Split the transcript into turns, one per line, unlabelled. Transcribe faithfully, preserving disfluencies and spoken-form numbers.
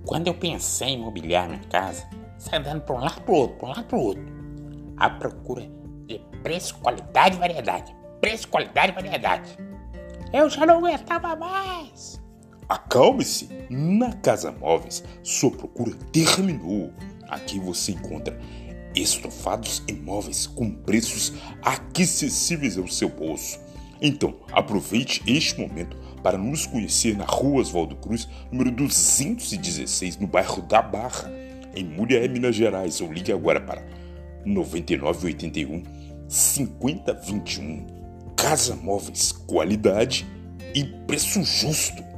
Quando eu pensei em mobiliar minha casa, saí andando para um lado para o outro, para um lado para o outro, à procura de preço, qualidade e variedade. Preço, qualidade e variedade. Eu já não aguentava mais.
Acalme-se! Na Casa Móveis, sua procura terminou. Aqui você encontra estofados e móveis com preços acessíveis ao seu bolso. Então, aproveite este momento para nos conhecer na Rua Oswaldo Cruz, número duzentos e dezesseis, no bairro da Barra, em Muriaé, Minas Gerais. Ou ligue agora para nove nove oito um, cinco zero dois um. Casa Móveis, qualidade e preço justo.